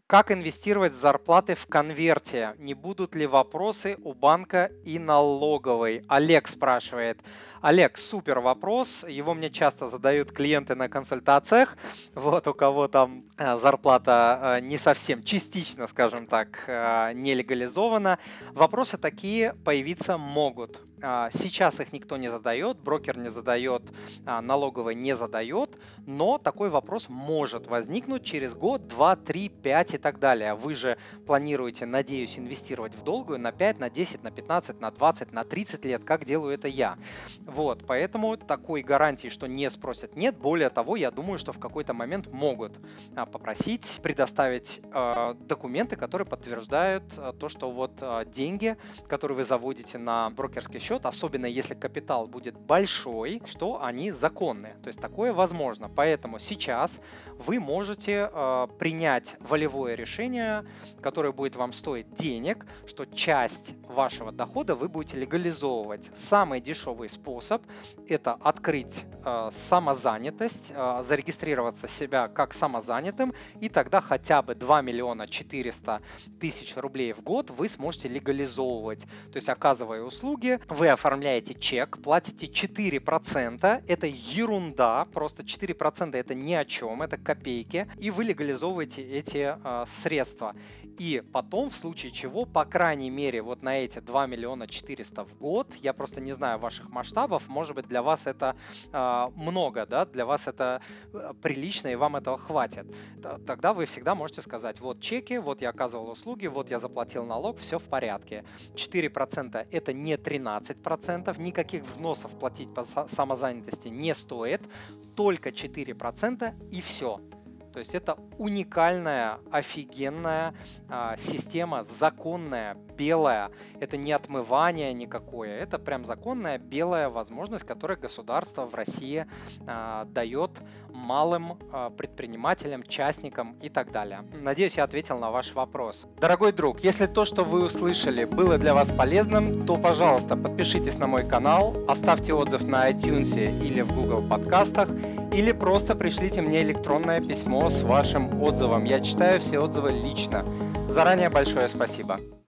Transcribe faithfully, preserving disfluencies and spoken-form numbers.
Как инвестировать с зарплаты в конверте? Не будут ли вопросы у банка и налоговой? Олег спрашивает. Олег, супер вопрос. Его мне часто задают клиенты на консультациях. Вот у кого там э, зарплата э, не совсем частично, скажем так, э, не легализована. Вопросы такие появиться могут. А, Сейчас их никто не задает, брокер не задает, а, налоговая не задает, но такой вопрос может возникнуть через год, два, три, пять и так далее. Вы же планируете, надеюсь, инвестировать в долгую на пять, на десять, на пятнадцать, на двадцать, на тридцать лет, как делаю это я. Вот, поэтому такой гарантии, что не спросят, нет. Более того, я думаю, что в какой-то момент могут а, попросить предоставить э, документы, которые подтверждают э, то, что вот э, деньги, которые вы заводите на брокерский счет, особенно если капитал будет большой, что они законные. То есть такое возможно. Поэтому сейчас вы можете э, принять волевое решение, которое будет вам стоить денег, что часть вашего дохода вы будете легализовывать. Самый дешевый способ – это открыть э, самозанятость, э, зарегистрироваться себя как самозанятым, и тогда хотя бы два миллиона четыреста тысяч рублей в год вы сможете легализовывать. То есть, оказывая услуги, вы оформляете чек, платите четыре процента, это ерунда, просто четыре процента это ни о чем, это копейки, и вы легализовываете эти э, средства. И потом, в случае чего, по крайней мере, вот на эти два миллиона четыреста в год, я просто не знаю ваших масштабов, может быть, для вас это э, много, да, для вас это э, прилично, и вам этого хватит. Тогда вы всегда можете сказать, вот чеки, вот я оказывал услуги, вот я заплатил налог, все в порядке. четыре процента это не тринадцать процентов, никаких взносов платить по самозанятости не стоит, только четыре процента и все. То есть это уникальная, офигенная а, система, законная, белая. Это не отмывание никакое, это прям законная белая возможность, которую государство в России а, дает малым а, предпринимателям, частникам и так далее. Надеюсь, я ответил на ваш вопрос. Дорогой друг, если то, что вы услышали, было для вас полезным, то, пожалуйста, подпишитесь на мой канал, оставьте отзыв на iTunes или в Google подкастах, или просто пришлите мне электронное письмо с вашим отзывом. Я читаю все отзывы лично. Заранее большое спасибо.